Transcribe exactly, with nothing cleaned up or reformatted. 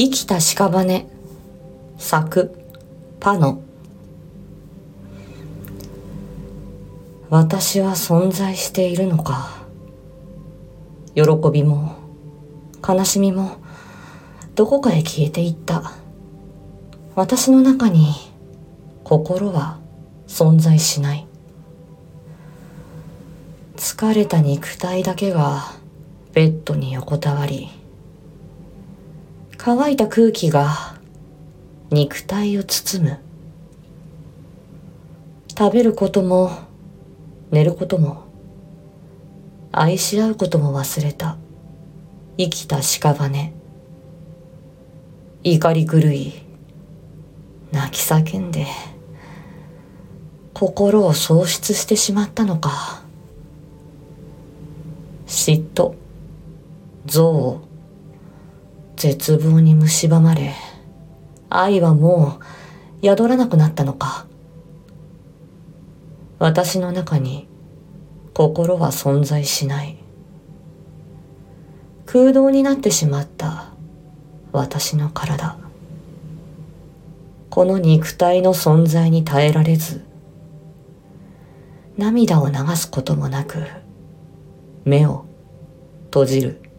生きた屍。作パノ。私は存在しているのか。喜びも悲しみもどこかへ消えていった。私の中に心は存在しない。疲れた肉体だけがベッドに横たわり、乾いた空気が肉体を包む。食べることも寝ることも愛し合うことも忘れた生きた屍。怒り狂い泣き叫んで心を喪失してしまったのか。嫉妬、憎悪、絶望に蝕まれ、愛はもう宿らなくなったのか。私の中に心は存在しない。空洞になってしまった私の体。この肉体の存在に耐えられず、涙を流すこともなく目を閉じる。